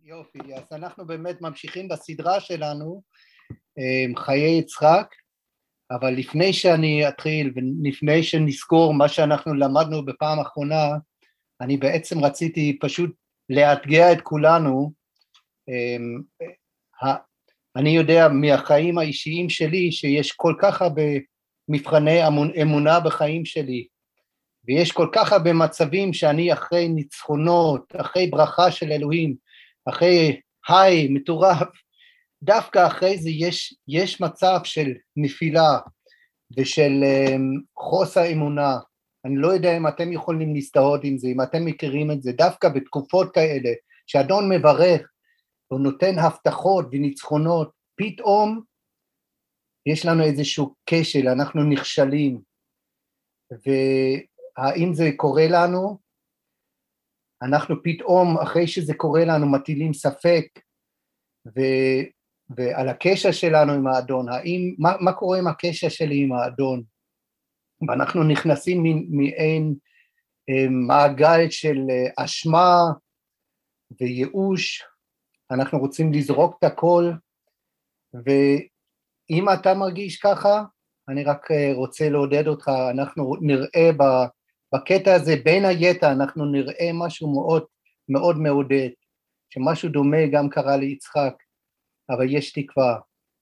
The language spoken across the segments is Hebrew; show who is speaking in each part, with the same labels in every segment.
Speaker 1: יופי, אז אנחנו באמת ממשיכים בסדרה שלנו, חיי יצחק, אבל לפני שאני אתחיל ולפני שנזכור מה שאנחנו למדנו בפעם האחרונה, אני בעצם רציתי פשוט לאתגר את כולנו. אני יודע מהחיים האישיים שלי שיש כל כך הרבה מבחני אמונה בחיים שלי, ויש כל כך הרבה מצבים שאני אחרי ניצחונות, אחרי ברכה של אלוהים, אחרי היי מטורף, דווקא אחרי זה יש מצב של נפילה ושל חוסר אמונה. אני לא יודע אם אתם יכולים להסתהות עם זה, אם אתם מכירים את זה, דווקא בתקופות כאלה שאדון מברך הוא נותן הבטחות וניצחונות, פתאום יש לנו איזשהו כשל, אנחנו נכשלים. והאם זה קורה לנו? אנחנו פתאום אחרי שזה קורה לנו מטילים ספק ועל הקשר שלנו עם האדון, מה קורה עם הקשר שלי עם האדון? ואנחנו נכנסים מעין מעגל של אשמה וייאוש, אנחנו רוצים לזרוק את הכל, ואם אתה מרגיש ככה, אני רק רוצה לעודד אותך, אנחנו נראה בקטע הזה, בין היתר אנחנו נראה משהו מאוד מאוד מעודד, שמשהו דומה גם קרה ליצחק, אבל יש תקווה,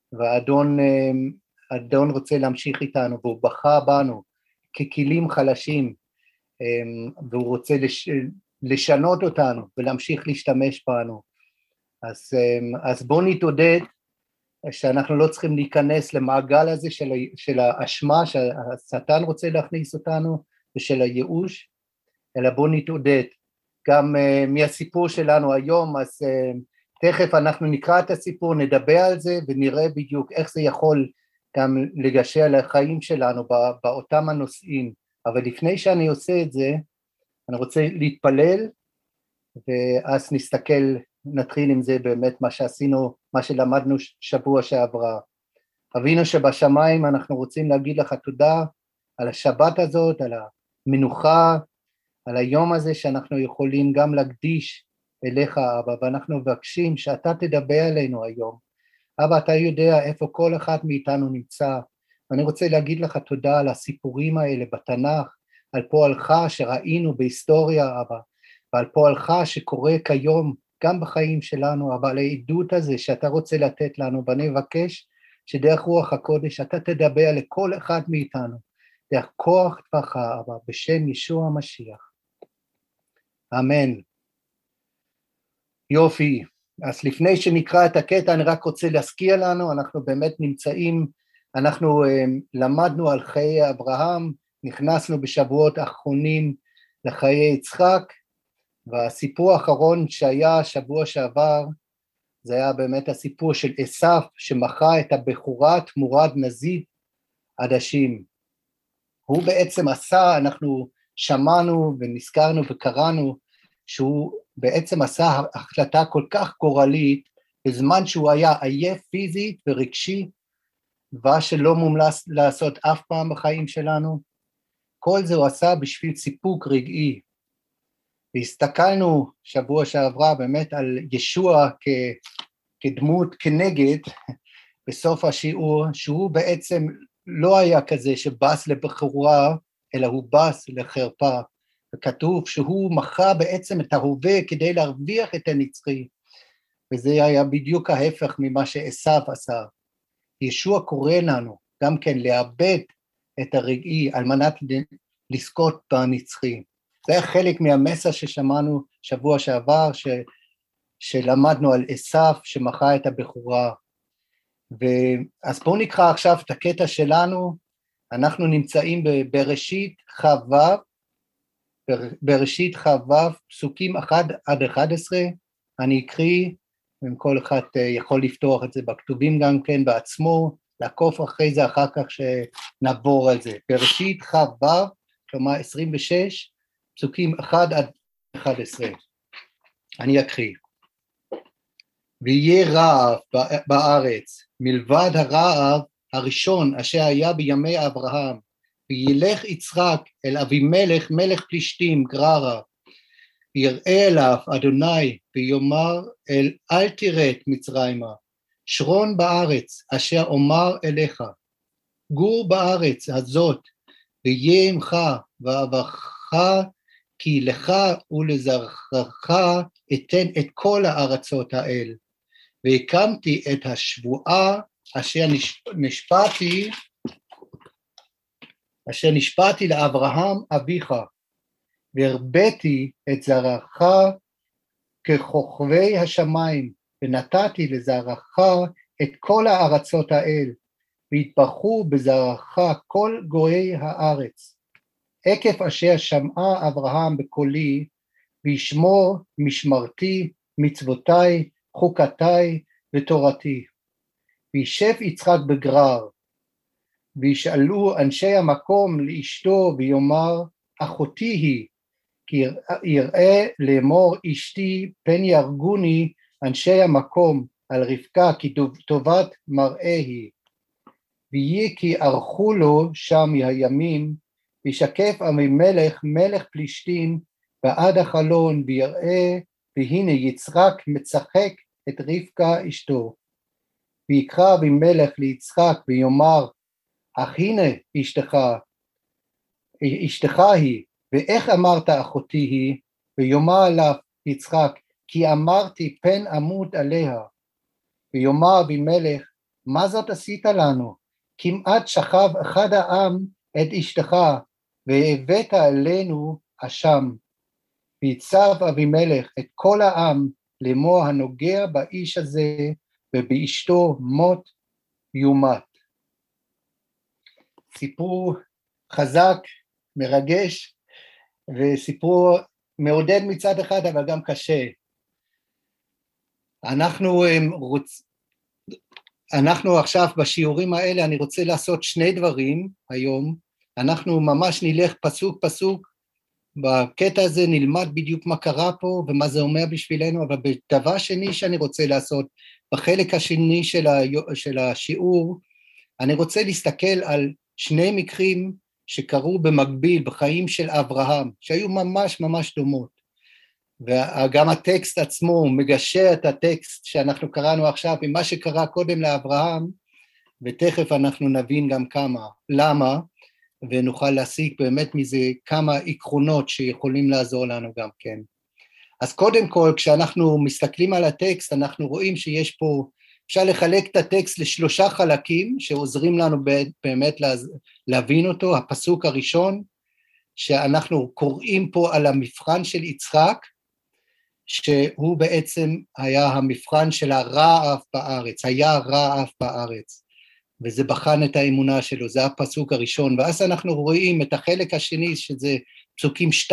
Speaker 1: והאדון רוצה להמשיך איתנו, והוא בחר בנו ככלים חלשים, והוא רוצה לשנות אותנו, ולהמשיך להשתמש בנו. אז בואו נתעודד, שאנחנו לא צריכים להיכנס למעגל הזה של האשמה, שהשטן רוצה להכניס אותנו, ושל הייאוש, אלא בואו נתעודד. גם מהסיפור שלנו היום, אז תכף אנחנו נקרא את הסיפור, נדבר על זה, ונראה בדיוק איך זה יכול גם לגשר לחיים שלנו באותם הנושאים. אבל לפני שאני עושה את זה, אני רוצה להתפלל, ואז נתחיל עם זה באמת מה שעשינו, מה שלמדנו שבוע שעברה. אבינו שבשמיים, אנחנו רוצים להגיד לך תודה על השבת הזאת, על המנוחה, על היום הזה שאנחנו יכולים גם להקדיש אליך, אבא, ואנחנו מבקשים שאתה תדבר עלינו היום. אבא, אתה יודע איפה כל אחד מאיתנו נמצא, ואני רוצה להגיד לך תודה על הסיפורים האלה בתנ"ך, על פועלך שראינו בהיסטוריה, אבא, ועל פועלך שקורה כיום גם בחיים שלנו, אבל על העדות הזה שאתה רוצה לתת לנו, ואני מבקש שדרך רוח הקודש אתה תדבר לכל אחד מאיתנו, דרך כוח טבעך, אבא, בשם ישוע המשיח. אמן. יופי. אז לפני שנקרא את הקטע, אני רק רוצה להזכיר לנו, אנחנו באמת נמצאים, אנחנו למדנו על חיי אברהם, נכנסנו בשבועות האחרונים לחיי יצחק, והסיפור האחרון שהיה שבוע שעבר, זה היה באמת הסיפור של עשיו, שמכר את הבכורה תמורת נזיד עדשים. הוא בעצם עשה, אנחנו שמענו ונזכרנו וקראנו, שהוא בעצם עשה החלטה כל כך גורלית, בזמן שהוא היה עייף פיזית ורגשי, דבר שלא מומלץ לעשות אף פעם בחיים שלנו, כל זה הוא עשה בשביל סיפוק רגעי. והסתכלנו שבוע שעברה באמת על ישוע כדמות כנגד, בסוף השיעור, שהוא בעצם לא היה כזה שבס לבחורה, אלא הוא בס לחרפה, וכתוב שהוא מכר בעצם את ההווה כדי להרוויח את הנצחי, וזה היה בדיוק ההפך ממה שעשיו עשה. ישוע קורא לנו גם כן לאבד את הרגעי על מנת לזכות בנצחי. זה היה חלק מהמסר ששמענו שבוע שעבר, שלמדנו על עשיו שמכר את הבכורה. אז בואו נקרא עכשיו את הקטע שלנו, אנחנו נמצאים בראשית ח"ו, פסוקים 1 עד 11, אני אקריא, וכל אחד יכול לפתוח את זה בכתובים גם כן בעצמו, לעקוף אחרי זה אחר כך שנעבור על זה. בראשית ח"ו, כלומר 26, פסוקים 1 עד 11, אני אקריא. ויהיה רעב בארץ, מלבד הרעב הראשון אשר היה בימי אברהם, וילך יצחק אל אבימלך מלך פלישתים גררה, ויראה אליו אדוני ויאמר אל תרד מצרימה, שרון בארץ אשר אומר אליך, גור בארץ הזאת, ויהיה עמך ואהבך, כי לך ולזרעך אתן את כל הארצות האל, והקמתי את השבועה אשר נשבעתי לאברהם אביך, והרביתי את זרעך ככוכבי השמיים, ונתתי לזרעך את כל הארצות האל, והתברכו בזרעך כל גויי הארץ. עקב אשר שמעה אברהם בקולי, וישמור משמרתי, מצוותי, חוקתי ותורתי. וישב יצחק בגרר, וישאלו אנשי המקום לאשתו, ויאמר אחותי היא, כי יראה לאמור אשתי, פן ירגוני אנשי המקום על רבקה, כי טובת מראה היא. ויהי כי ערכו לו שם הימים, וישקף אבימלך מלך פלישתים בעד החלון, ויראה, והנה יצחק מצחק את רבקה אשתו. ויקרא אבימלך ליצחק ויאמר, אך הנה אשתך היא, ואיך אמרת אחותי היא? ויאמר עליו יצחק, כי אמרתי פן אמות עליה. ויאמר אבימלך, מה זאת עשית לנו? כמעט שכב אחד העם את אשתך, והבאת עלינו אשם. ויצב אבימלך את כל העם לאמור הנוגע באיש הזה, ובאשתו מות יומת. סיפור חזק, מרגש, וסיפור מעודד מצד אחד, אבל גם קשה. אנחנו עכשיו בשיעורים האלה, אני רוצה לעשות שני דברים היום. אנחנו ממש נלך פסוק פסוק, בקטע הזה נלמד בדיוק מה קרה פה ומה זה אומר בשבילנו, אבל בדבר שני שאני רוצה לעשות, בחלק השני של השיעור, אני רוצה להסתכל על שני מקרים שקרו במקביל בחיים של אברהם, שהיו ממש ממש דומות, וגם הטקסט עצמו מגשר את הטקסט שאנחנו קראנו עכשיו עם מה שקרה קודם לאברהם, ותכף אנחנו נבין גם למה, ונוכל להסיק באמת מזה כמה עקרונות שיכולים לעזור לנו גם כן. אז קודם כל, כשאנחנו מסתכלים על הטקסט, אנחנו רואים שיש פה, אפשר לחלק את הטקסט לשלושה חלקים, שעוזרים לנו באמת להבין אותו. הפסוק הראשון, שאנחנו קוראים פה על המבחן של יצחק, שהוא בעצם היה המבחן של הרעב בארץ, היה רעב בארץ, וזה בחן את האמונה שלו, זה הפסוק הראשון, ואז אנחנו רואים את החלק השני, שזה פסוקים 2-6,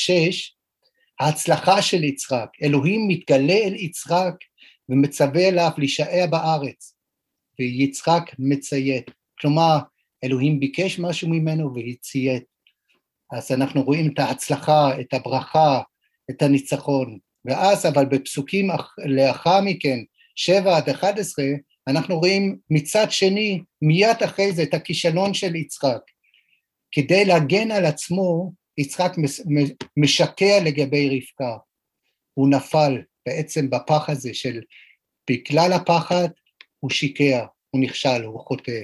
Speaker 1: ההצלחה של יצחק, אלוהים מתגלה אל יצחק, ומצווה אליו להישאר בארץ, ויצחק מציית, כלומר, אלוהים ביקש משהו ממנו והציית, אז אנחנו רואים את ההצלחה, את הברכה, את הניצחון, ואז אבל בפסוקים לאחר מכן, 7-11, אנחנו רואים מצד שני, מיד אחרי זה, את הכישלון של יצחק. כדי להגן על עצמו, יצחק משקר לגבי רבקה. הוא נפל בעצם בפח הזה של, בגלל הפחד, הוא שיקר, הוא נכשל, הוא חוטא.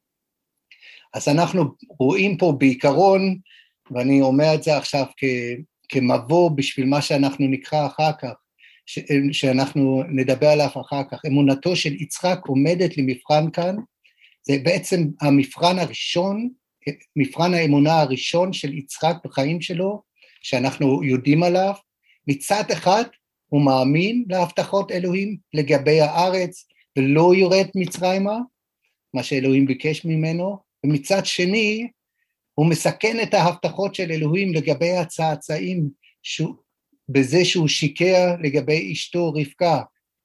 Speaker 1: אז אנחנו רואים פה בעיקרון, ואני אומר את זה עכשיו כמבוא בשביל מה שאנחנו נקרא אחר כך, שאנחנו נדבר עליו אחר כך, אמונתו של יצחק עומדת למבחן כאן, זה בעצם המבחן הראשון, מבחן האמונה הראשון של יצחק בחיים שלו, שאנחנו יודעים עליו, מצד אחד הוא מאמין להבטחות אלוהים לגבי הארץ, ולא יורד מצרימה, מה שאלוהים ביקש ממנו, ומצד שני הוא מסכן את ההבטחות של אלוהים לגבי הצאצאים, בזה שהוא שיקר לגבי אשתו רבקה,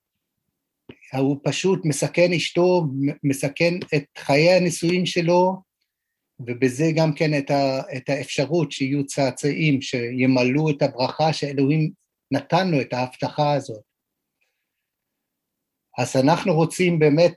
Speaker 1: הוא פשוט מסכן אשתו, מסכן את חיי הנישואין שלו, ובזה גם כן את האפשרות שיהיו צאצאים, שימלאו את הברכה שאלוהים נתן לו את ההבטחה הזאת. אז אנחנו רוצים באמת,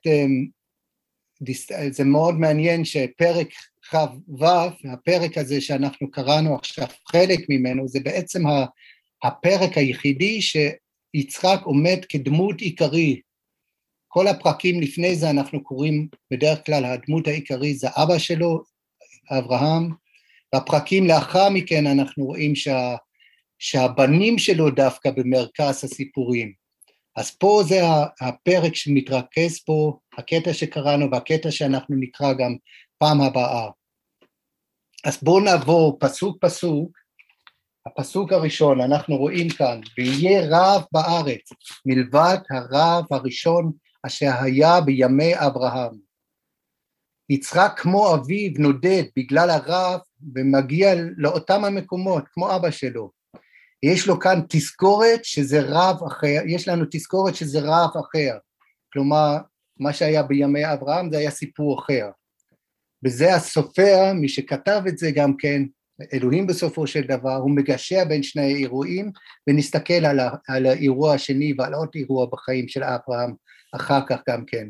Speaker 1: זה מאוד מעניין שפרק ח' ו', הפרק הזה שאנחנו קראנו עכשיו, חלק ממנו, זה בעצם הפרק היחידי שיצחק עומד כדמות עיקרי. כל הפרקים לפני זה אנחנו קוראים בדרך כלל הדמות העיקרי זה אבא שלו, אברהם, והפרקים לאחר מכן אנחנו רואים שהבנים שלו דווקא במרכז הסיפורים. אז פה זה הפרק שמתרכז פה, הקטע שקראנו והקטע שאנחנו נקרא גם פעם הבאה. אז בואו נעבור פסוק פסוק. הפסוק הראשון אנחנו רואים כאן, ויהיה רב בארץ מלבד הרב הראשון אשר היה בימי אברהם. יצחק כמו אביו נודד בגלל הרב ומגיע לאותם המקומות כמו אבא שלו. יש לו כאן תזכורת שזה רב אחר, יש לנו תזכורת שזה רב אחר. כלומר, מה שהיה בימי אברהם זה היה סיפור אחר. וזה הסופר, מי שכתב את זה גם כן, אלוהים בסופו של דבר, הוא מגשר בין שני האירועים, ונסתכל על האירוע השני ועל עוד אירוע בחיים של אברהם, אחר כך גם כן.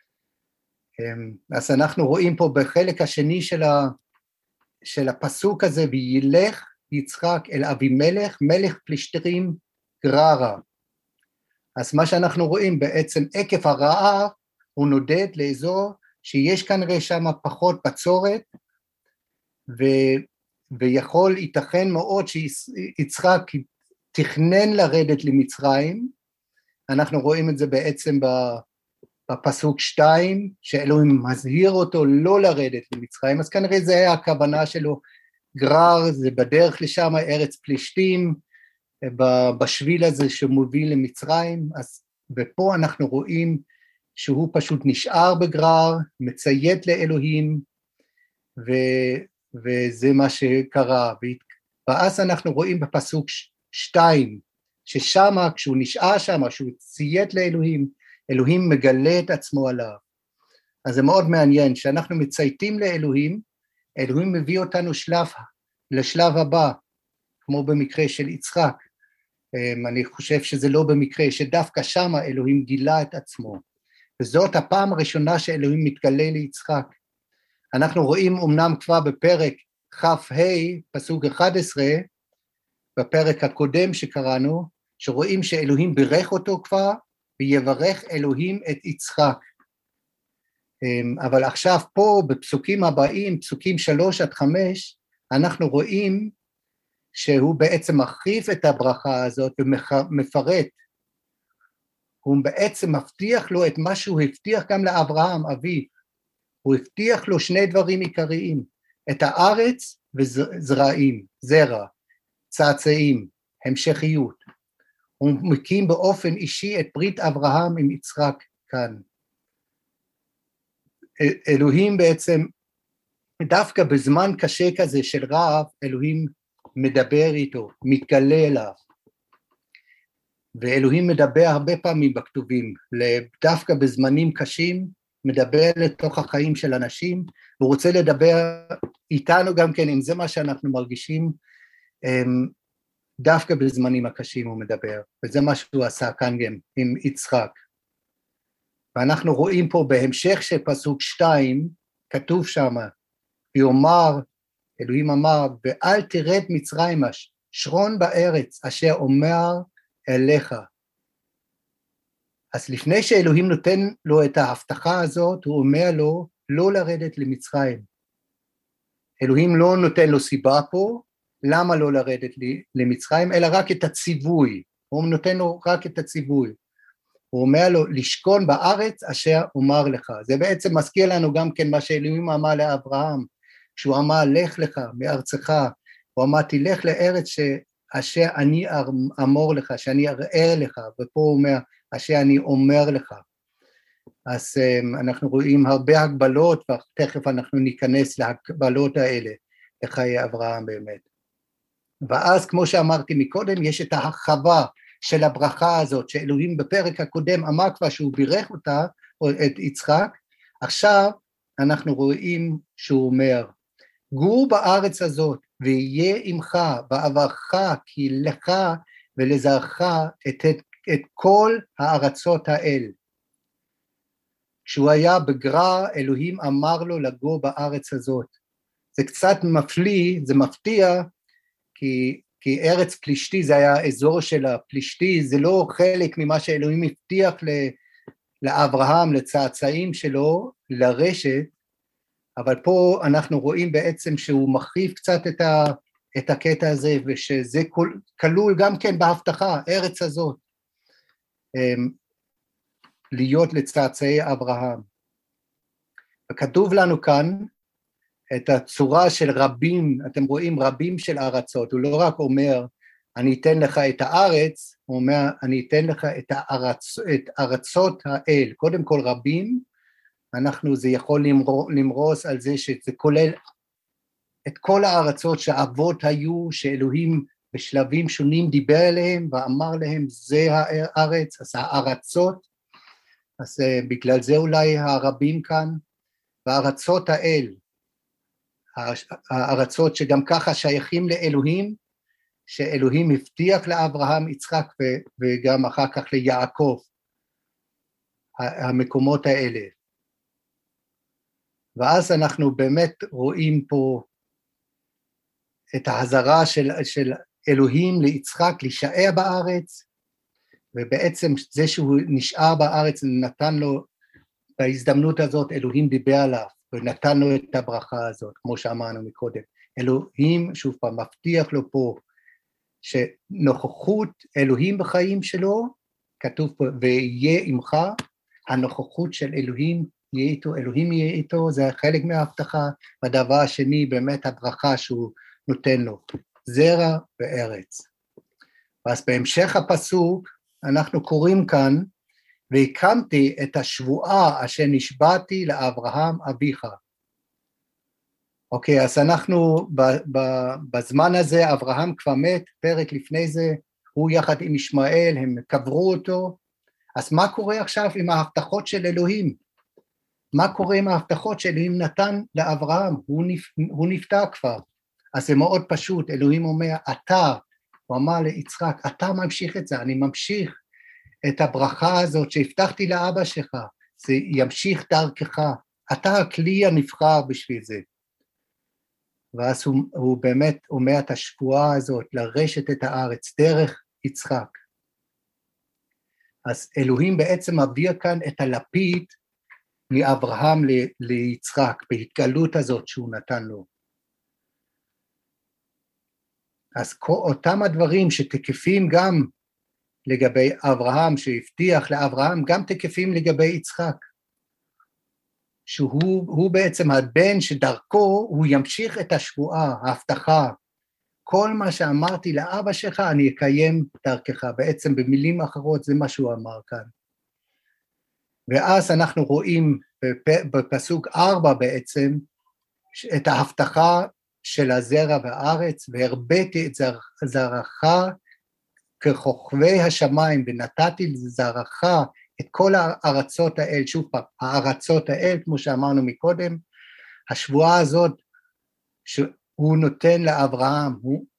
Speaker 1: אז אנחנו רואים פה בחלק השני של הפסוק הזה, וילך יצחק אל אבימלך, מלך פלישתים גררה. אז מה שאנחנו רואים בעצם עקב הרעה, הוא נודד לאזור שיש כנראה שם פחות בצורת, ויכול ייתכן מאוד שיצחק תכנן לרדת למצרים. אנחנו רואים את זה בעצם בפסוק 2, שאלוהים מזהיר אותו לא לרדת למצרים, אז כנראה זה היה הכוונה שלו, גרר זה בדרך לשם, ארץ פלישתים, בשביל הזה שמוביל למצרים, ופה אנחנו רואים שהוא פשוט נשאר בגרר, מציית לאלוהים, וזה מה שקרה. ואז אנחנו רואים בפסוק 2, ששם, כשהוא נשאר שם, שהוא ציית לאלוהים, אלוהים מגלה את עצמו עליו. אז זה מאוד מעניין, שאנחנו מצייתים לאלוהים, אלוהים מביא אותנו לשלב הבא, כמו במקרה של יצחק. אני חושב שזה לא במקרה, שדווקא שם אלוהים גילה את עצמו. וזאת הפעם הראשונה שאלוהים מתגלה ליצחק. אנחנו רואים אמנם כבר בפרק כ"ה, פסוק 11, בפרק הקודם שקראנו, שרואים שאלוהים בירך אותו כבר, ויברך אלוהים את יצחק. אבל עכשיו פה בפסוקים הבאים, פסוקים 3-5, אנחנו רואים שהוא בעצם מרחיב את הברכה הזאת ומפרט. הוא בעצם מבטיח לו את מה שהוא הבטיח גם לאברהם, אביו. הוא הבטיח לו שני דברים עיקריים, את הארץ וזרעים, זרע, צאצאים, המשכיות. הוא מקים באופן אישי את ברית אברהם עם יצחק כאן. אלוהים בעצם, דווקא בזמן קשה כזה של רעב, אלוהים מדבר איתו, מתגלה אליו. ואלוהים מדבר הרבה פעמים בכתובים, דווקא בזמנים קשים, מדבר לתוך החיים של אנשים, והוא רוצה לדבר איתנו גם כן, אם זה מה שאנחנו מרגישים, דווקא בזמנים הקשים הוא מדבר, וזה מה שהוא עשה כאן גם עם יצחק. ואנחנו רואים פה בהמשך של פסוק 2, כתוב שם, אלוהים אמר, ואל תרד מצרימה, שרון בארץ, אשר אומר אליך. אז לפני שאלוהים נותן לו את ההבטחה הזאת, הוא אומר לו לא לרדת למצרים. אלוהים לא נותן לו סיבה פה, למה לא לרדת למצרים, אלא רק את הציווי. הוא נותן לו רק את הציווי. הוא אומר לו לשכון בארץ אשר אומר לך. זה בעצם מזכיר לנו גם כן מה שאלוהים אמר לאברהם, כשהוא אמר לך לך מארצך, הוא אמר תלך לארץ אשר אני אמור לך, שאני אראה לך, ופה הוא אומר אשר אני אומר לך. אז אנחנו רואים הרבה הגבלות, ותכף אנחנו ניכנס להגבלות האלה, לחיי אברהם באמת. ואז כמו שאמרתי מקודם, יש את ההרחבה של הברכה הזאת, שאלוהים בפרק הקודם אמר כבר שהוא בירך אותה, או את יצחק, עכשיו אנחנו רואים שהוא אומר, גור בארץ הזאת, ויהיה עמך, ואברך כי לך ולזרעך את כל הארצות האל. כשהוא היה בגרר, אלוהים אמר לו לגור בארץ הזאת. זה קצת מפליא, זה מפתיע, כי כי ארץ פלישתי זה היה אזור של הפלישתי, זה לא חלק ממה שאלוהים הבטיח לאברהם, לצאצאים שלו, לרשת, אבל פה אנחנו רואים בעצם שהוא מחריף קצת את הקטע הזה, ושזה כלול גם כן בהבטחה, ארץ הזאת, להיות לצאצאי אברהם. וכתוב לנו כאן את הצורה של רבים, אתם רואים רבים של ארצות, הוא לא רק אומר, אני אתן לך את הארץ, הוא אומר, אני אתן לך את ארצות האל, קודם כל רבים, זה יכול למרוס על זה שזה כולל את כל הארצות שאבות היו, שאלוהים בשלבים שונים דיבר אליהם, ואמר להם זה הארץ, אז הארצות, אז בגלל זה אולי הרבים כאן, וארצות האל, הארצות שגם ככה שייכים לאלוהים, שאלוהים הבטיח לאברהם, יצחק וגם אחר כך ליעקב, המקומות האלה. ואז אנחנו באמת רואים פה את ההזרה של אלוהים ליצחק להישאר בארץ, ובעצם זה שהוא נשאר בארץ נתן לו, בהזדמנות הזאת אלוהים דיבר עליו, ונתן לו את הברכה הזאת, כמו שאמרנו מקודם. אלוהים שוב פעם מבטיח לו פה, שנוכחות אלוהים בחיים שלו, כתוב פה, ויהיה עמך, הנוכחות של אלוהים יהיה איתו, אלוהים יהיה איתו, זה חלק מההבטחה, והדבר השני באמת הברכה שהוא נותן לו, זרע וארץ. ואז בהמשך הפסוק, אנחנו קוראים כאן, והקמתי את השבועה אשר נשבעתי לאברהם אביך. אוקיי, אז אנחנו בזמן הזה, אברהם כבר מת, פרק לפני זה, הוא יחד עם ישמעאל, הם קברו אותו, אז מה קורה עכשיו עם ההבטחות של אלוהים? מה קורה עם ההבטחות שאלוהים נתן לאברהם? הוא נפטר כבר. אז זה מאוד פשוט, אלוהים אומר, הוא אמר ליצחק, אתה ממשיך את זה, אני ממשיך את הברכה הזאת שהבטחתי לאבא שלך, זה ימשיך דרכך, אתה הכלי הנבחר בשביל זה. ואז הוא באמת אומר את השבועה הזאת, לרשת את הארץ דרך יצחק. אז אלוהים בעצם מביא כאן את הלפיד מאברהם ליצחק, בהתגלות הזאת שהוא נתן לו. אז אותם הדברים שתקפים גם לגבי אברהם, שהבטיח לאברהם, גם תקפים לגבי יצחק. שהוא בעצם הבן שדרכו הוא ימשיך את השבועה, ההבטחה. כל מה שאמרתי לאבא שלך אני אקיים דרכך, בעצם במילים אחרות זה מה שהוא אמר כאן. ואז אנחנו רואים בפסוק 4 בעצם, את ההבטחה של הזרע והארץ, והרביתי את זרעך ככוכבי השמיים, ונתתי לזרעך את כל הארצות האל, שוב פעם, הארצות האל, כמו שאמרנו מקודם, השבועה הזאת שהוא נותן לאברהם,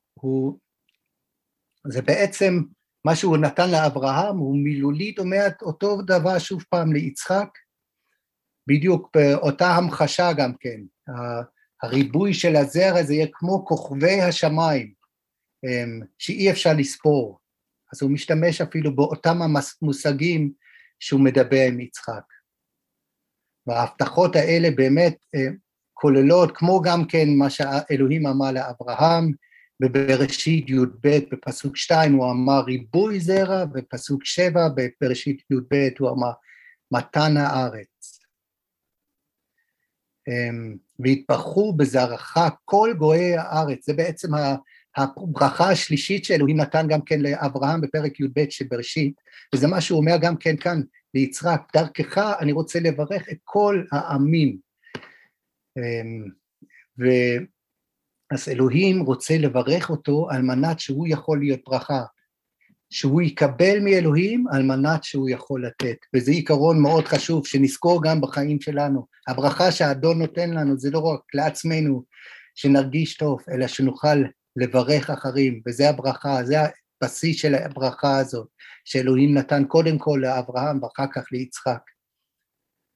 Speaker 1: זה בעצם מה שהוא נתן לאברהם, הוא מילולית אומר אותו דבר שוב פעם ליצחק, בדיוק באותה המחשה גם כן, הריבוי של הזרע זה יהיה כמו כוכבי השמיים, שאי אפשר לספור, אז הוא משתמש אפילו באותם המושגים שהוא מדבר עם יצחק. וההבטחות האלה באמת כוללות, כמו גם כן מה שאלוהים אמר לאברהם, בבראשית י"ב בפסוק 2 הוא אמר ריבוי זרע, בפסוק 7 בבראשית י"ב הוא אמר מתן הארץ. והתברכו בזרעך כל גויי הארץ, זה בעצם הברכה השלישית שאלוהים נתן גם כן לאברהם בפרק י"ב של בראשית, וזה מה שהוא אומר גם כן כאן ליצחק, דרכך אני רוצה לברך את כל העמים, אז אלוהים רוצה לברך אותו על מנת שהוא יכול להיות ברכה, שהוא יקבל מאלוהים על מנת שהוא יכול לתת, וזה עיקרון מאוד חשוב שנזכור גם בחיים שלנו, הברכה שהאדון נותן לנו זה לא רק לעצמנו שנרגיש טוב, אלא שנוכל לברך אחרים, וזה הברכה, זה הבסיס של הברכה הזאת, שאלוהים נתן קודם כל לאברהם ואחר כך ליצחק.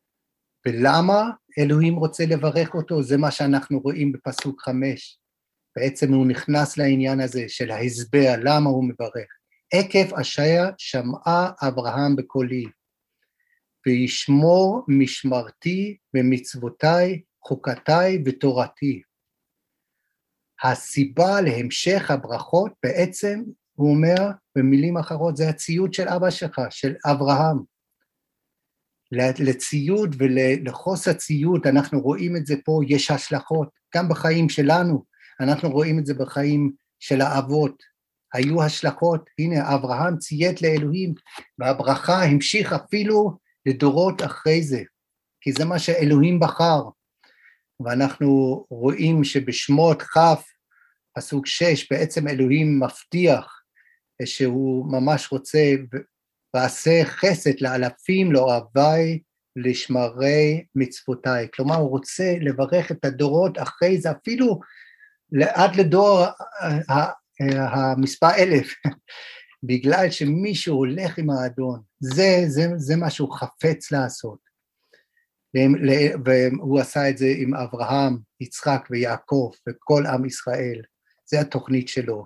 Speaker 1: ולמה אלוהים רוצה לברך אותו? זה מה שאנחנו רואים בפסוק 5, בעצם הוא נכנס לעניין הזה של ההסבר, למה הוא מברך. עקב אשר שמעה אברהם בקולי, וישמור משמרתי ומצוותיי, חוקותיי ותורתי. הסיבה להמשך הברכות בעצם, הוא אומר במילים אחרות, זה הציוד של אבא שלך, של אברהם. לציוד ולחוסר ציוד, אנחנו רואים את זה פה, יש השלכות, גם בחיים שלנו, אנחנו רואים את זה בחיים של האבות, היו השלכות, הנה אברהם ציית לאלוהים, והברכה המשיך אפילו לדורות אחרי זה, כי זה מה שאלוהים בחר, ואנחנו רואים שבשמות כ' פסוק 6, בעצם אלוהים מבטיח שהוא ממש רוצה, ועשה חסד לאלפים לאוהבי לשמרי מצוותיי, כלומר הוא רוצה לברך את הדורות אחרי זה, אפילו עד לדור המספר 1000, בגלל שמישהו הולך עם האדון, זה מה שהוא חפץ לעשות, והוא עשה את זה עם אברהם, יצחק ויעקב וכל עם ישראל, זה התוכנית שלו,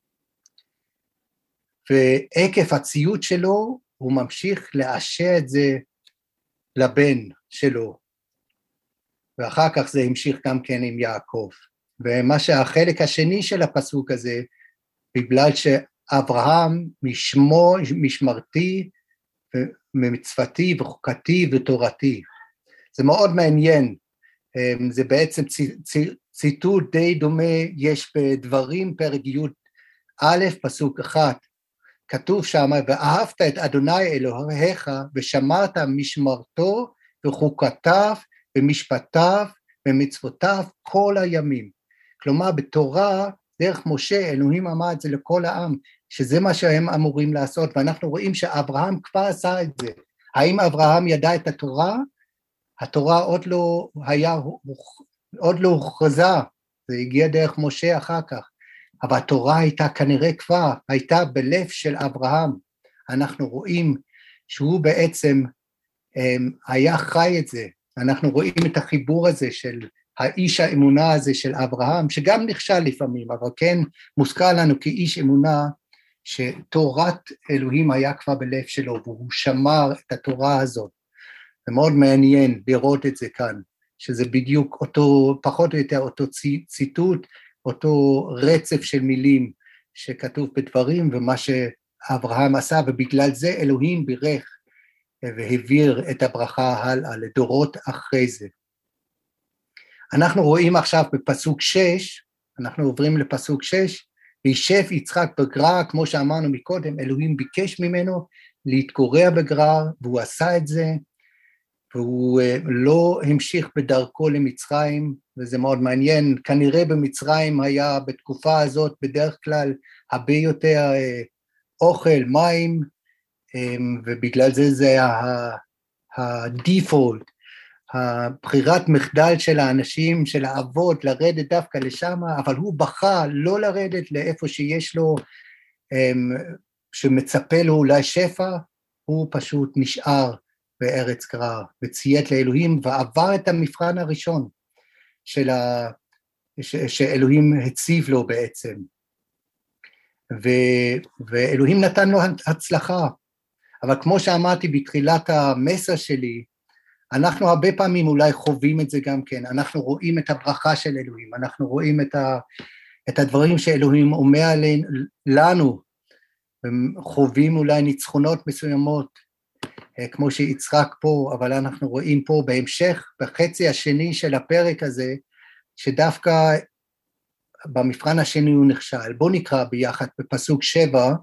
Speaker 1: ועקב הציוד שלו הוא ממשיך לאשר את זה לבן שלו, ואחר כך זה המשיך גם כן עם יעקב, ומה שהחלק השני של הפסוק הזה, בגלל שאברהם משמרתי ומצוותי וחוקתי ותורתי, זה מאוד מעניין, זה בעצם ציטוט די דומה, יש בדברים פרק י' פסוק 1, כתוב שם, ואהבת את אדוני אלוהיך, ושמרת משמרתו וחוקותיו ומשפטיו ומצוותיו כל הימים. כלומר, בתורה, דרך משה, אלוהים אמר את זה לכל העם, שזה מה שהם אמורים לעשות, ואנחנו רואים שאברהם כבר עשה את זה. האם אברהם ידע את התורה? התורה עוד לא הוכרזה, זה הגיע דרך משה אחר כך, אבל התורה הייתה כנראה כבר, הייתה בלב של אברהם, אנחנו רואים שהוא בעצם היה חי את זה, אנחנו רואים את החיבור הזה של האיש האמונה הזה של אברהם, שגם נכשל לפעמים, אבל כן מוזכר לנו כאיש אמונה, שתורת אלוהים היה כבר בלב שלו, והוא שמר את התורה הזאת, זה מאוד מעניין לראות את זה כאן, שזה בדיוק אותו, פחות או יותר אותו ציטוט, אותו רצף של מילים שכתוב בדברים, ומה שאברהם עשה, ובגלל זה אלוהים בירך והעביר את הברכה הלאה לדורות אחרי זה. אנחנו רואים עכשיו בפסוק 6, אנחנו עוברים לפסוק 6, וישב יצחק בגרר, כמו שאמרנו מקודם, אלוהים ביקש ממנו להתגורר בגרר, והוא עשה את זה, והוא לא המשיך בדרכו למצרים, וזה מאוד מעניין, כנראה במצרים היה בתקופה הזאת בדרך כלל הרבה יותר אוכל, מים, ובגלל זה הדיפולט, הבחירת מחדל של האנשים, של האבות, לרדת דווקא לשם, אבל הוא בחר לא לרדת לאיפה שיש לו, שמצפה לו אולי שפע, הוא פשוט נשאר בארץ גרר, וציית לאלוהים, ועבר את המבחן הראשון, שאלוהים הציב לו בעצם, ואלוהים נתן לו הצלחה, אבל כמו שאמרתי בתחילת המסר שלי, אנחנו הרבה פעמים אולי חווים את זה גם כן, אנחנו רואים את הברכה של אלוהים, אנחנו רואים את הדברים שאלוהים אומר לנו, חווים אולי ניצחונות מסוימות, כמו שיצחק פה, אבל אנחנו רואים פה בהמשך, בחצי השני של הפרק הזה, שדווקא במבחן השני הוא נכשל. בואו נקרא ביחד בפסוק 7,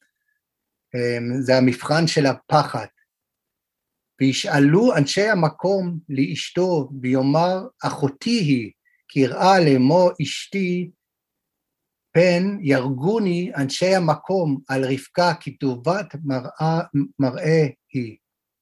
Speaker 1: זה המבחן של הפחד. וישאלו אנשי המקום לאשתו, ויאמר אחותי היא, כי יראה לאמור אשתי, פן ירגוני אנשי המקום על רבקה, כי טובת מראה היא.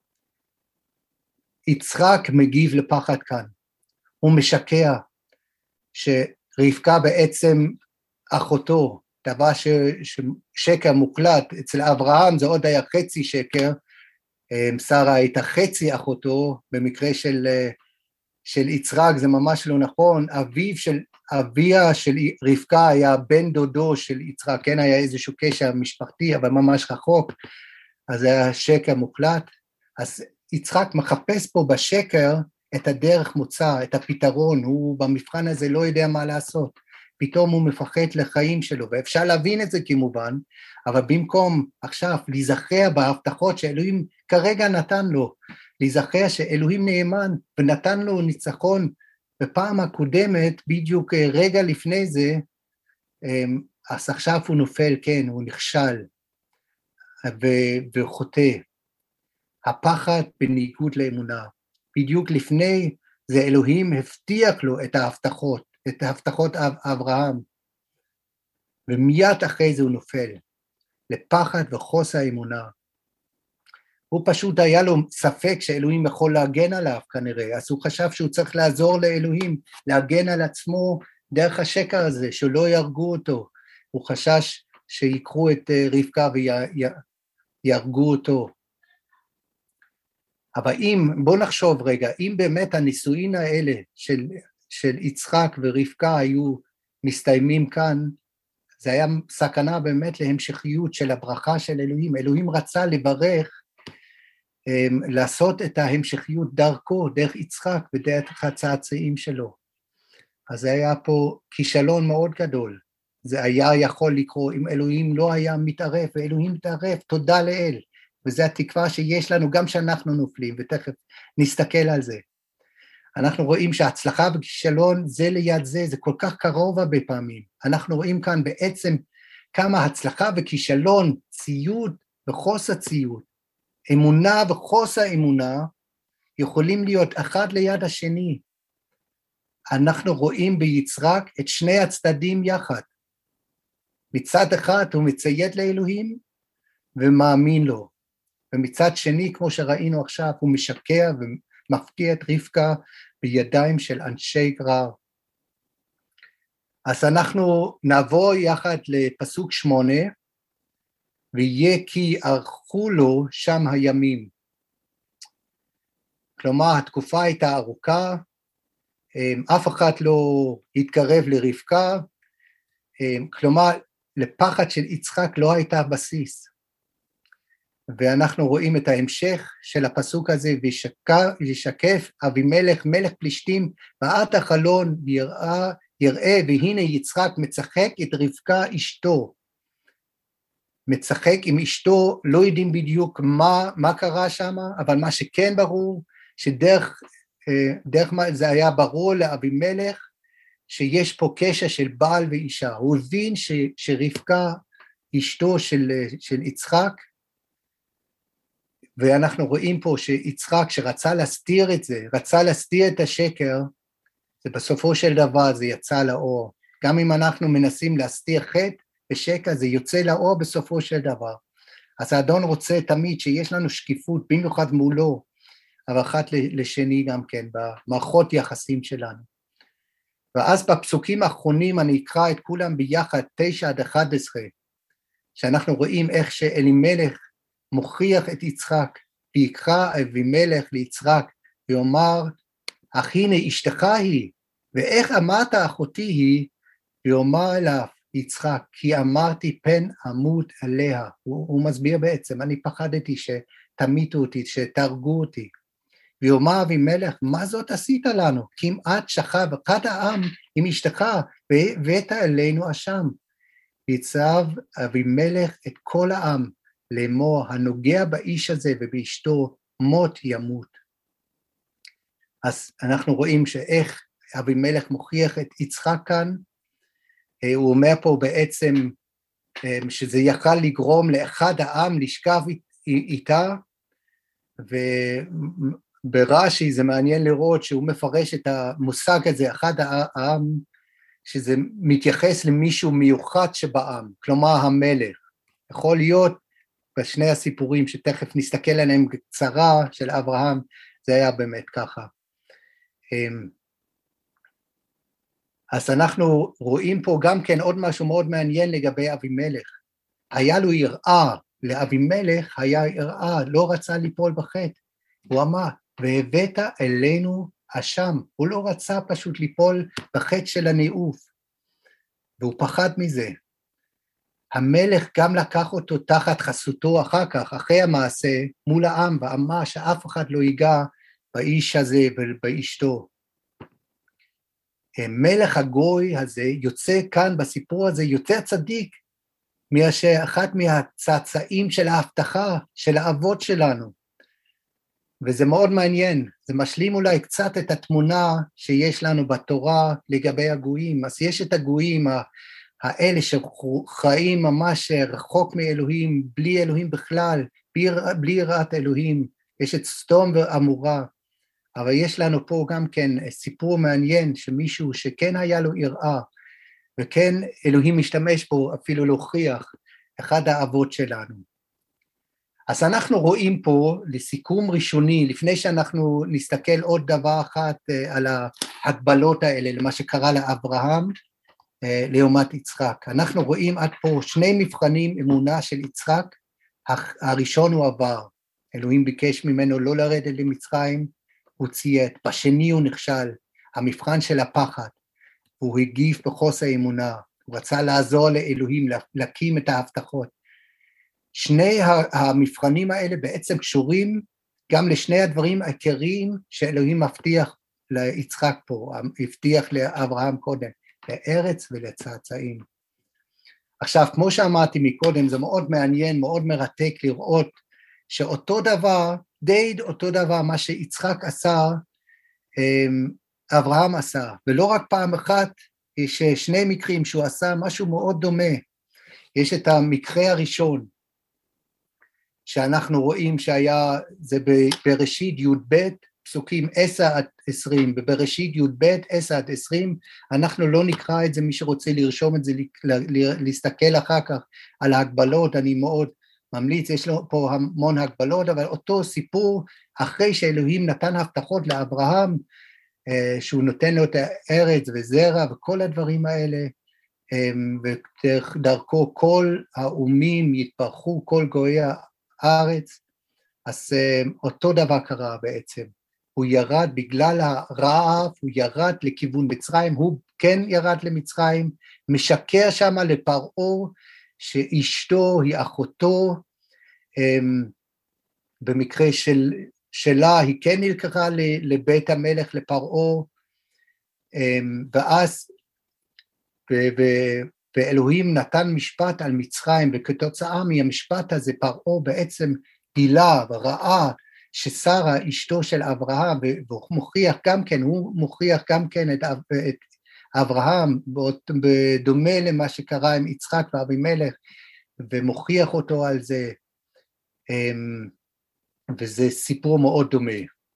Speaker 1: יצחק מגיב לפחד כאן, הוא משקע, שרבקה בעצם אחותו, דבר שקר מוקלט, אצל אברהם זה עוד היה חצי שקר, שרה הייתה חצי אחותו, במקרה של יצחק זה ממש לא נכון, אביו של אביה של רבקה היה בן דודו של יצחק, כן, היה איזשהו קשר משפחתי, אבל ממש רחוק, אז זה היה שקר מוחלט. אז יצחק מחפש פה בשקר את הדרך מוצא, את הפתרון, הוא במבחן הזה לא יודע מה לעשות, פתאום הוא מפחד לחיים שלו, ואפשר להבין את זה כמובן, אבל במקום עכשיו להיזכר בהבטחות שאלוהים כרגע נתן לו, להיזכר שאלוהים נאמן ונתן לו ניצחון בפעם הקודמת, בדיוק רגע לפני זה, אז עכשיו הוא נופל, כן, הוא נכשל וחוטא. הפחד בניגוד לאמונה. בדיוק לפני זה אלוהים הבטיח לו את ההבטחות אברהם, ומיד אחרי זה הוא נופל, לפחד וחוסר האמונה. הוא פשוט היה לו ספק שאלוהים יכול להגן עליו כנראה, אז הוא חשב שהוא צריך לעזור לאלוהים, להגן על עצמו דרך השקר הזה, שלא ירגו אותו. הוא חשש שיקחו את רבקה וירגו אותו. אבל בוא נחשוב רגע, אם באמת הנישואין האלה של יצחק ורבקה היו מסתיימים כאן, זה היה סכנה באמת להמשכיות של הברכה של אלוהים. אלוהים רצה לברך, לעשות את ההמשכיות דרכו, דרך יצחק ודרך הצאצאים שלו. אז זה היה פה כישלון מאוד גדול. זה היה יכול לקרות אם אלוהים לא היה מתערב, ואלוהים מתערב, תודה לאל. וזו התקווה שיש לנו גם שאנחנו נופלים, ותכף נסתכל על זה. אנחנו רואים שההצלחה וכישלון זה ליד זה, זה כל כך קרוב הרבה פעמים. אנחנו רואים כאן בעצם כמה הצלחה וכישלון, ציות וחוסר ציות, אמונה וחוסר אמונה, יכולים להיות אחד ליד השני. אנחנו רואים ביצחק את שני הצדדים יחד. מצד אחד הוא מציית לאלוהים ומאמין לו, ומצד שני, כמו שראינו עכשיו, הוא משקר ומפקיע את רבקה בידיים של אנשי גרר. אז אנחנו נעבור יחד לפסוק 8, ויהיה כי ארכו לו שם הימים. כלומר, התקופה הייתה ארוכה, אף אחד לא התקרב לרבקה, כלומר, לפחד של יצחק לא הייתה בסיס. ואנחנו רואים את ההמשך של הפסוק הזה, וישקף אבימלך מלך פלישתים בעט החלון יראה, והנה יצחק מצחק את רבקה אשתו. מצחק עם אשתו, לא יודעים בדיוק מה קרה שם, אבל מה שכן ברור, שדרך זה היה ברור לאבימלך, שיש פה קשר של בעל ואישה. הוא הבין שרבקה אשתו של יצחק, ואנחנו רואים פה שיצחק שרצה להסתיר את זה, רצה להסתיר את השקר, זה בסופו של דבר זה יצא לאור. גם אם אנחנו מנסים להסתיר חטא ושקר, זה יוצא לאור בסופו של דבר. אז האדון רוצה תמיד שיש לנו שקיפות, במיוחד מולו, אבל אחת לשני גם כן, במערכות יחסים שלנו. ואז בפסוקים האחרונים אני אקרא את כולם ביחד, 9-11, שאנחנו רואים איך שאלימלך מוכיח את יצחק, ויקרא אבימלך ליצחק, ואומר, אך הנה אשתך היא, ואיך אמרת אחותי היא, ואומר אליו יצחק, כי אמרתי פן אמות עליה. הוא מסביר בעצם, אני פחדתי שתמיתו אותי, שתרגו אותי. ואומר אבימלך, מה זאת עשית לנו? כמעט שכב אחד העם עם אשתך, והבאת אלינו אשם. ויצב אבימלך את כל העם, לאמור, הנוגע באיש הזה ובאשתו, מות ימות. אז אנחנו רואים שאיך אבימלך מוכיח את יצחק כאן, הוא אומר פה בעצם שזה יכל לגרום לאחד העם לשכב איתה, וברש"י זה מעניין לראות שהוא מפרש את המושג הזה, אחד העם, שזה מתייחס למישהו מיוחד שבעם, כלומר המלך. יכול להיות בשני הסיפורים שתכף נסתכל עליהם קצרה של אברהם, זה היה באמת ככה. אז אנחנו רואים פה גם כן עוד משהו מאוד מעניין לגבי אבימלך. היה לו יראה, לאבימלך היה יראה, לא רצה ליפול בחטא. הוא אמר, והבאת אלינו אשם, הוא לא רצה פשוט ליפול בחטא של הניאוף, והוא פחד מזה. המלך גם לקח אותו תחת חסותו אחר כך, אחרי המעשה, מול העם, ואמר שאף אחד לא ייגע באיש הזה ובאשתו. מלך הגוי הזה יוצא כאן בסיפור הזה יותר צדיק, מאשר אחת מהצאצאים של ההבטחה של האבות שלנו. וזה מאוד מעניין, זה משלים אולי קצת את התמונה שיש לנו בתורה לגבי הגויים. אז יש את הגויים האלה שחיים ממש רחוק מאלוהים, בלי אלוהים בכלל, בלי יראת אלוהים, יש את סדום ועמורה, אבל יש לנו פה גם כן סיפור מעניין שמישהו שכן היה לו יראה, וכן אלוהים משתמש בו אפילו להוכיח אחד האבות שלנו. אז אנחנו רואים פה לסיכום ראשוני, לפני שאנחנו נסתכל עוד דבר אחת על ההגבלות האלה, למה שקרה לאברהם, לעומת יצחק. אנחנו רואים עד פה שני מבחנים אמונה של יצחק, הראשון הוא עבר, אלוהים ביקש ממנו לא לרדת למצרים, הוא ציית, בשני הוא נכשל, המבחן של הפחד, הוא הגיב בחוסר אמונה, הוא רצה לעזור לאלוהים, להקים את ההבטחות. שני המבחנים האלה בעצם קשורים גם לשני הדברים העיקריים שאלוהים מבטיח ליצחק פה, הבטיח לאברהם קודם, לארץ ולצאצאים. עכשיו, כמו שאמרתי מקודם, זה מאוד מעניין, מאוד מרתק לראות שאותו דבר, די אותו דבר מה שיצחק עשה, אברהם עשה, ולא רק פעם אחת, יש שני מקרים שהוא עשה משהו מאוד דומה. יש את המקרה הראשון, שאנחנו רואים שהיה, זה בראשית י"ב, פסוקים 10-20, בבראשית י"ב 10-20, אנחנו לא נקרא את זה, מי שרוצה לרשום את זה, להסתכל אחר כך על ההגבלות, אני מאוד ממליץ, יש לו פה המון הגבלות, אבל אותו סיפור, אחרי שאלוהים נתן הבטחות לאברהם, שהוא נותן לו את הארץ וזרע וכל הדברים האלה, ודרכו כל האומים יתברכו, כל גויי הארץ, אז אותו דבר קרה בעצם, הוא ירד בגלל הרעב, הוא ירד לכיוון מצרים, הוא כן ירד למצרים, משקר שם לפרעה, שאשתו היא אחותו, במקרה שלה היא כן נלקחה לבית המלך לפרעה, ואז ואלוהים נתן משפט על מצרים, וכתוצאה מהמשפט הזה פרעה בעצם גילה וראה ששרה אשתו של אברהם, והוא מוכיח גם כן, הוא מוכיח גם כן את אברהם, בדומה למה שקרה עם יצחק ואבימלך, ומוכיח אותו על זה, וזה סיפור מאוד דומה.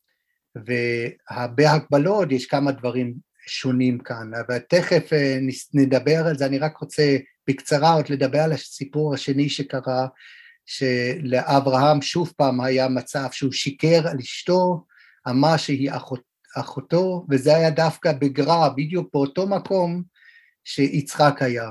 Speaker 1: ובהקבלות יש כמה דברים שונים כאן, אבל תכף נדבר על זה, אני רק רוצה בקצרה עוד לדבר על הסיפור השני שקרה, שלאברהם שוב פעם היה מצב שהוא שיקר על אשתו, אמר שהיא אחותו, וזה היה דווקא בגרר, בדיוק באותו מקום שיצחק היה.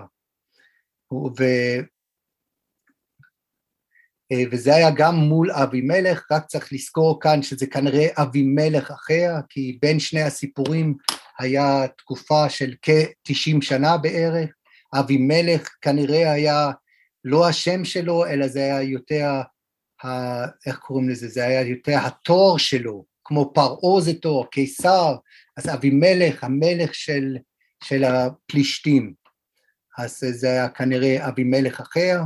Speaker 1: וזה היה גם מול אבימלך, רק צריך לזכור כאן שזה כנראה אבימלך אחר, כי בין שני הסיפורים היה תקופה של כ-90 שנה בערך, אבימלך כנראה היה לא השם שלו, אלא זה היה יותר, איך קוראים לזה? זה היה יותר התואר שלו, כמו פרעה זה תואר, קיסר, אז אבימלך, המלך של הפלישתים, אז זה היה כנראה אבימלך אחר,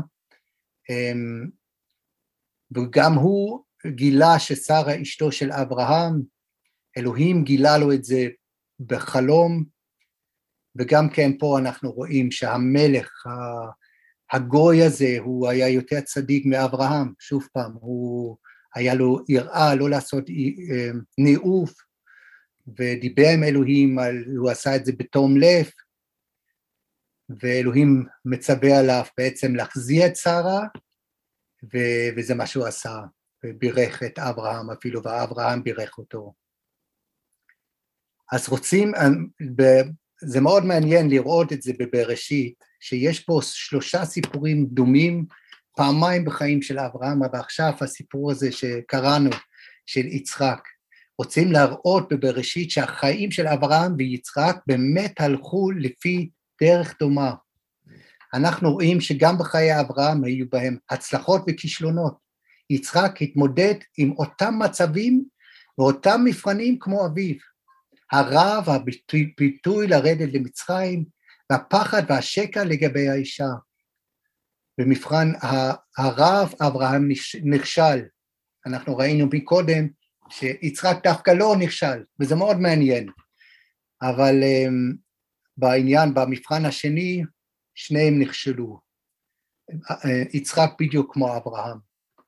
Speaker 1: וגם הוא גילה ששרה אשתו של אברהם, אלוהים גילה לו את זה בחלום, וגם כן פה אנחנו רואים שהמלך, הגוי הזה, הוא היה יותר צדיק מאברהם, שוב פעם, הוא היה לו יראה לא לעשות ניאוף, ודיבר עם אלוהים, הוא עשה את זה בתום לב, ואלוהים מצווה עליו בעצם להחזיר את שרה, וזה מה שהוא עשה, ובירך את אברהם אפילו, ואברהם בירך אותו. אז רוצים, זה מאוד מעניין לראות את זה בבראשית, שיש פה 3 סיפורים דומים, פעמיים בחיים של אברהם, אבל עכשיו הסיפור הזה שקראנו, של יצחק, רוצים להראות בבראשית שהחיים של אברהם ויצחק באמת הלכו לפי דרך דומה. אנחנו רואים שגם בחיי אברהם היו בהם הצלחות וכישלונות. יצחק התמודד עם אותם מצבים ואותם מבחנים כמו אביו. הרעב, הפיתוי לרדת למצרים, והפחד והשקע לגבי האישה. במבחן הרעב אברהם נכשל. אנחנו ראינו מקודם שיצחק דווקא לא נכשל, וזה מאוד מעניין. אבל במבחן השני, שניהם נכשלו. יצחק בדיוק כמו אברהם.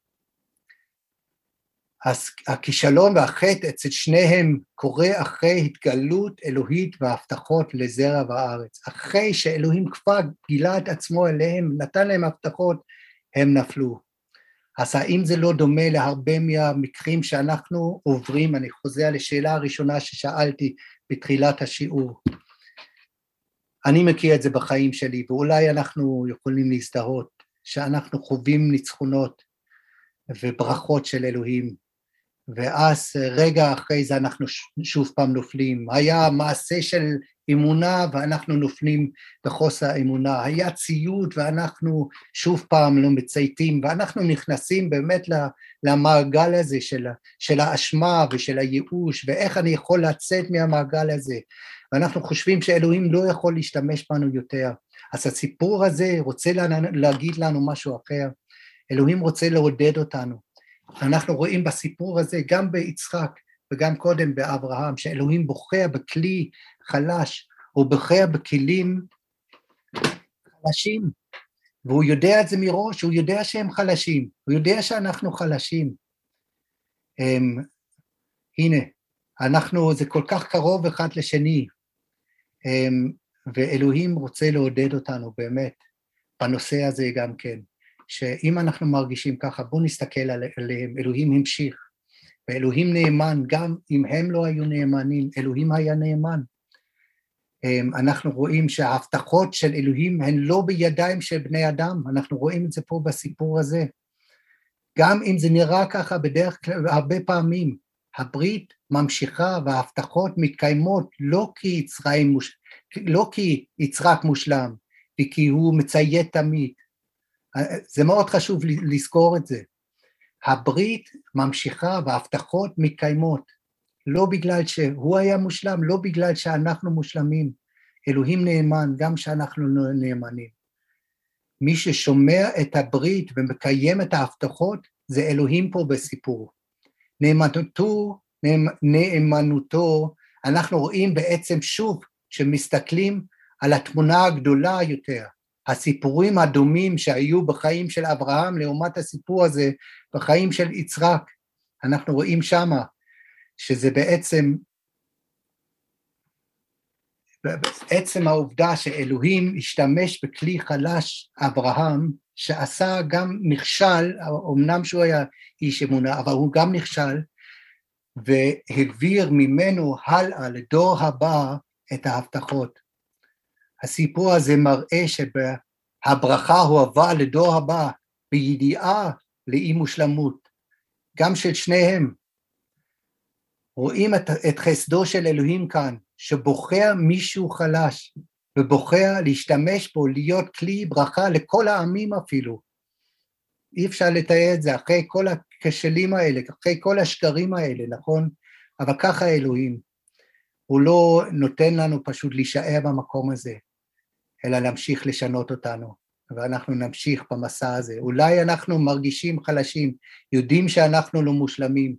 Speaker 1: אז הכישלון והחטא אצל שניהם קורה אחרי התגלות אלוהית והבטחות לזרע בארץ. אחרי שאלוהים כבר גילה את עצמו אליהם, נתן להם הבטחות, הם נפלו. אז האם זה לא דומה להרבה מהמקרים שאנחנו עוברים? אני חוזר לשאלה הראשונה ששאלתי בתחילת השיעור. אני מכיר את זה בחיים שלי, ואולי אנחנו יכולים להזדהות, שאנחנו חווים ניצחונות וברכות של אלוהים, ואז רגע אחרי זה אנחנו שוב פעם נופלים. היה מעשה של אמונה ואנחנו נופלים בחוסר אמונה. היה ציוד ואנחנו שוב פעם לא מצייתים, ואנחנו נכנסים באמת למעגל הזה של האשמה ושל הייאוש, ואיך אני יכול לצאת מהמעגל הזה. ואנחנו חושבים שאלוהים לא יכול להשתמש בנו יותר. אז הסיפור הזה רוצה להגיד לנו משהו אחר. אלוהים רוצה לעודד אותנו. אנחנו רואים בסיפור הזה, גם ביצחק וגם קודם באברהם, שאלוהים בוחר בכלי חלש, הוא בוחר בכלים חלשים, והוא יודע את זה מראש, הוא יודע שהם חלשים, הוא יודע שאנחנו חלשים. הנה, זה כל כך קרוב אחד לשני, ואלוהים רוצה לעודד אותנו באמת, בנושא הזה גם כן. שאם אנחנו מרגישים ככה, בואו נסתכל עליהם, אלוהים המשיך, ואלוהים נאמן, גם אם הם לא היו נאמנים, אלוהים היה נאמן. אנחנו רואים שההבטחות של אלוהים הן לא בידיים של בני אדם, אנחנו רואים את זה פה בסיפור הזה. גם אם זה נראה ככה בדרך כלל, הרבה פעמים, הברית ממשיכה וההבטחות מתקיימות לא כי יצחק מושלם, וכי הוא מציית תמיד, זה מאוד חשוב לזכור את זה. הברית ממשיכה וההבטחות מתקיימות, לא בגלל שהוא היה מושלם, לא בגלל שאנחנו מושלמים. אלוהים נאמן, גם שאנחנו נאמנים. מי ששומר את הברית ומקיים את ההבטחות, זה אלוהים פה בסיפור. נאמנותו, אנחנו רואים בעצם שוב, שמסתכלים על התמונה הגדולה יותר, הסיפורים הדומים שהיו בחיים של אברהם, לעומת הסיפור הזה בחיים של יצחק, אנחנו רואים שמה, שזה בעצם העובדה שאלוהים השתמש בכלי חלש אברהם, שעשה גם נכשל, אמנם שהוא היה איש אמונה, אבל הוא גם נכשל, והעביר ממנו הלאה לדור הבא את ההבטחות. הסיפור הזה מראה שהברכה הועברה לדור הבא, בידיעה לאי מושלמות, גם של שניהם. רואים את חסדו של אלוהים כאן, שבוחר מישהו חלש, ובוחר להשתמש בו, להיות כלי ברכה לכל העמים אפילו. אי אפשר לתאר את זה, אחרי כל הכשלים האלה, אחרי כל השקרים האלה, נכון? אבל ככה אלוהים, הוא לא נותן לנו פשוט להישאר במקום הזה, אלא להמשיך לשנות אותנו, ואנחנו נמשיך במסע הזה. אולי אנחנו מרגישים חלשים, יודעים שאנחנו לא מושלמים,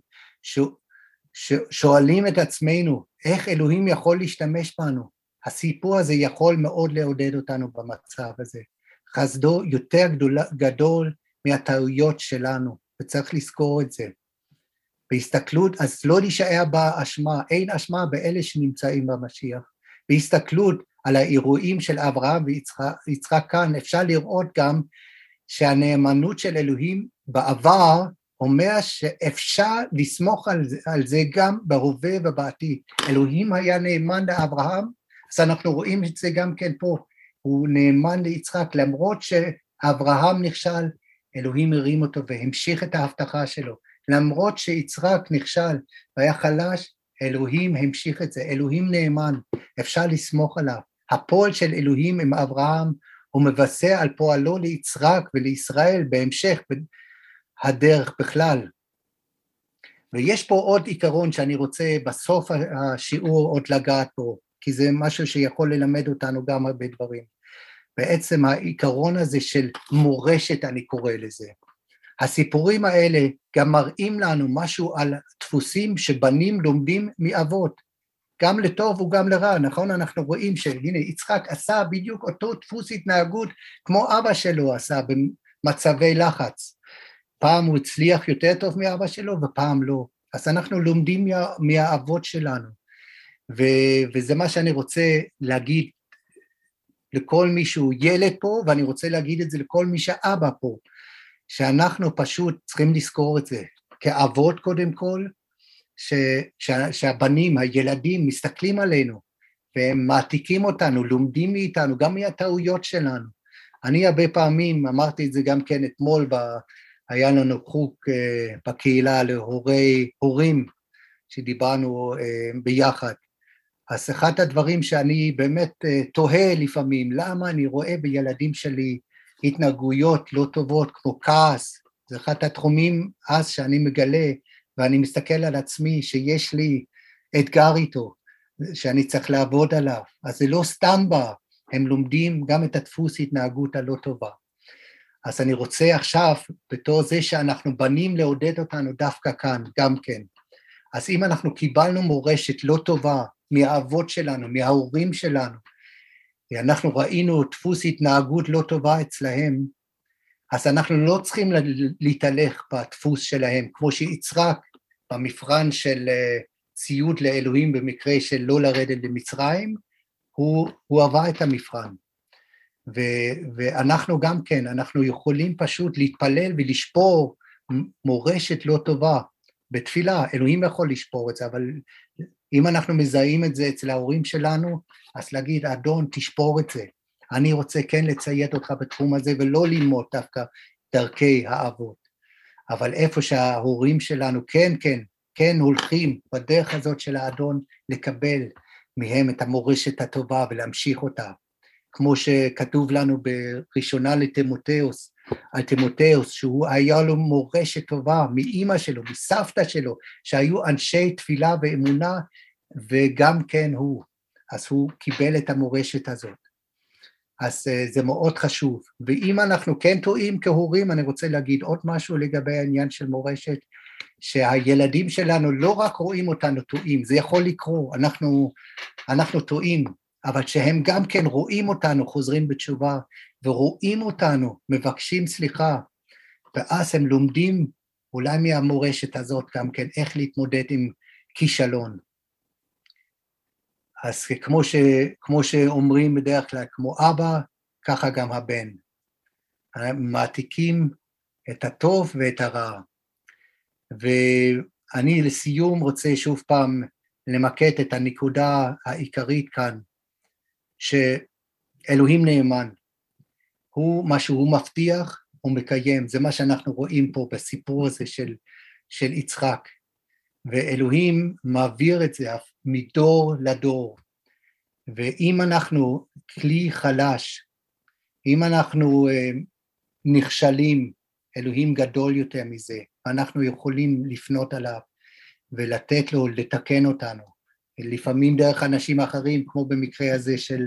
Speaker 1: שואלים את עצמנו, איך אלוהים יכול להשתמש בנו? הסיפור הזה יכול מאוד לעודד אותנו במצב הזה. חסדו יותר גדול מהטעויות שלנו, וצריך לזכור את זה. בהסתכלות, אז לא להישאר באשמה, אין אשמה באלה שנמצאים במשיח. בהסתכלות על האירועים של אברהם ויצחק כאן, אפשר לראות גם שהנאמנות של אלוהים בעבר, אומר שאפשר לסמוך על זה גם בהווה ובעתיד. אלוהים היה נאמן לאברהם, אז אנחנו רואים את זה גם כן פה, הוא נאמן ליצחק, למרות שאברהם נכשל, אלוהים הרים אותו והמשיך את ההבטחה שלו, למרות שיצחק נכשל והיה חלש, אלוהים המשיך את זה, אלוהים נאמן, אפשר לסמוך עליו. הפועל של אלוהים עם אברהם, הוא מבשר על פועלו ליצחק ולישראל בהמשך הדרך בכלל. ויש פה עוד עיקרון שאני רוצה בסוף השיעור עוד לגעת בו, כי זה משהו שיכול ללמד אותנו גם הרבה דברים. בעצם העיקרון הזה של מורשת, אני קורא לזה. הסיפורים האלה גם מראים לנו משהו על דפוסים שבנים לומדים מאבות, גם לטוב וגם לרע, נכון? אנחנו רואים שהנה יצחק עשה בדיוק אותו דפוס התנהגות כמו אבא שלו עשה במצבי לחץ. פעם הוא הצליח יותר טוב מאבא שלו ופעם לא. אז אנחנו לומדים מהאבות שלנו. וזה מה שאני רוצה להגיד לכל מי שהוא ילד פה, ואני רוצה להגיד את זה לכל מי שאבא פה, שאנחנו פשוט צריכים לזכור את זה, כאבות קודם כל, שהבנים, הילדים מסתכלים עלינו, והם מעתיקים אותנו, לומדים מאיתנו, גם מהטעויות שלנו. אני הרבה פעמים, אמרתי את זה גם כן אתמול, היה לנו חוג בקהילה להורים, שדיברנו ביחד. אז אחד הדברים שאני באמת תוהה לפעמים, למה אני רואה בילדים שלי התנהגויות לא טובות כמו כעס, זה אחד התחומים אז שאני מגלה, ואני מסתכל על עצמי שיש לי אתגר איתו, שאני צריך לעבוד עליו, אז זה לא סתם בא, הם לומדים גם את הדפוס התנהגות הלא טובה. אז אני רוצה עכשיו, בתור זה שאנחנו בנים לעודד אותנו דווקא כאן, גם כן. אז אם אנחנו קיבלנו מורשת לא טובה, מהאבות שלנו, מההורים שלנו, אנחנו ראינו דפוס התנהגות לא טובה אצלהם, אז אנחנו לא צריכים להתהלך בדפוס שלהם, כמו שיצחק במבחן של ציוד לאלוהים במקרה של לא לרדת למצרים, הוא עבר את המבחן. ואנחנו גם כן, אנחנו יכולים פשוט להתפלל ולשפור מורשת לא טובה בתפילה, אלוהים יכול לשפור את זה, אבל אם אנחנו מזהים את זה אצל ההורים שלנו, אז להגיד, אדון, תשפור את זה. אני רוצה כן לציית אותך בתחום הזה, ולא ללמוד דווקא דרכי האבות. אבל איפה שההורים שלנו כן הולכים בדרך הזאת של האדון, לקבל מהם את המורשת הטובה ולהמשיך אותה. כמו שכתוב לנו בראשונה לתימותאוס, על תימותאוס, שהוא היה לו מורשת טובה מאמא שלו, מסבתא שלו, שהיו אנשי תפילה ואמונה, וגם כן הוא. אז הוא קיבל את המורשת הזאת. אז זה מאוד חשוב. ואם אנחנו כן טועים כהורים, אני רוצה להגיד עוד משהו לגבי העניין של מורשת, שהילדים שלנו לא רק רואים אותנו טועים, זה יכול לקרות, אנחנו טועים, אבל שהם גם כן רואים אותנו חוזרים בתשובה, ורואים אותנו מבקשים סליחה, ואז הם לומדים אולי מהמורשת הזאת גם כן איך להתמודד עם כישלון. אז כמו שאומרים בדרך כלל, כמו אבא, ככה גם הבן. מעתיקים את הטוב ואת הרע. ואני לסיום רוצה שוב פעם למקד את הנקודה העיקרית כאן, שאלוהים נאמן, מה שהוא מבטיח, הוא מקיים, זה מה שאנחנו רואים פה בסיפור הזה של יצחק, ואלוהים מעביר את זה מדור לדור, ואם אנחנו כלי חלש, אם אנחנו נכשלים, אלוהים גדול יותר מזה, אנחנו יכולים לפנות עליו, ולתת לו לתקן אותנו, לפעמים דרך אנשים אחרים, כמו במקרה הזה של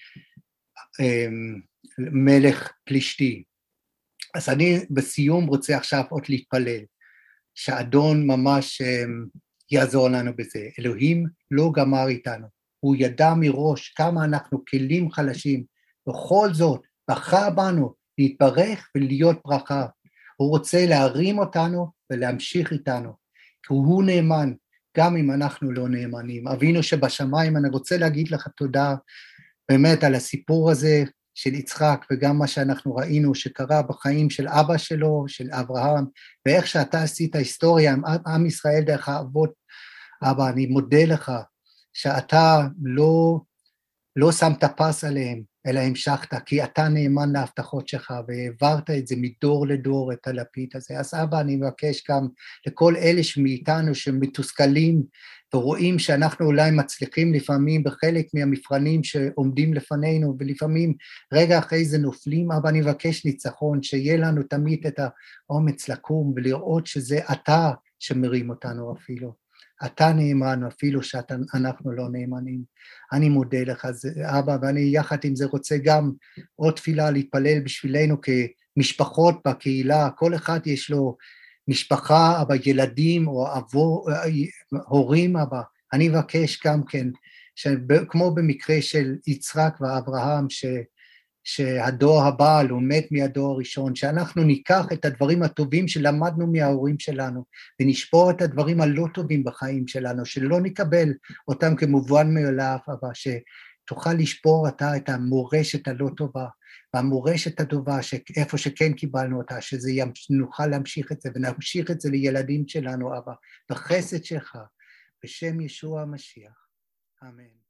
Speaker 1: מלך פלישתי. אז אני בסיום רוצה עכשיו עוד להתפלל, שהאדון ממש יעזור לנו בזה. אלוהים לא גמר איתנו, הוא ידע מראש כמה אנחנו כלים חלשים, בכל זאת בחר בנו להתברך ולהיות ברכה. הוא רוצה להרים אותנו ולהמשיך איתנו, כי הוא נאמן, גם אם אנחנו לא נאמנים. אבינו שבשמיים, אני רוצה להגיד לך תודה באמת על הסיפור הזה של יצחק, וגם מה שאנחנו ראינו שקרה בחיים של אבא שלו, של אברהם, ואיך שאתה עשית היסטוריה עם עם ישראל דרך האבות. אבא, אני מודה לך שאתה לא שמת פס עליהם, אלא המשכת, כי אתה נאמן להבטחות שלך, והעברת את זה מדור לדור, את הלפיד הזה. אז אבא, אני מבקש גם לכל אלה מאיתנו שמתוסכלים, ורואים שאנחנו אולי מצליחים לפעמים בחלק מהמבחנים שעומדים לפנינו, ולפעמים רגע אחרי זה נופלים, אבל אני מבקש ניצחון, שיהיה לנו תמיד את האומץ לקום, ולראות שזה אתה שמרים אותנו אפילו. אתה נאמן, אפילו שאנחנו לא נאמנים. אני מודה לך, אבא, ואני יחד עם זה רוצה גם עוד תפילה להתפלל בשבילנו כמשפחות בקהילה, כל אחד יש לו משפחה, אבא, ילדים או הורים, אבא. אני מבקש גם כן, כמו במקרה של יצחק ואברהם, שהדור הבא לומד מהדור הראשון, שאנחנו ניקח את הדברים הטובים שלמדנו מההורים שלנו, ונשפור את הדברים הלא טובים בחיים שלנו, שלא נקבל אותם כמובן מאליו, אבל שתוכל לשפור אתה את המורשת הלא טובה, והמורשת הטובה, איפה שכן קיבלנו אותה, שנוכל להמשיך את זה, ונמשיך את זה לילדים שלנו, אבא, בחסד שלך, בשם ישוע המשיח. אמן.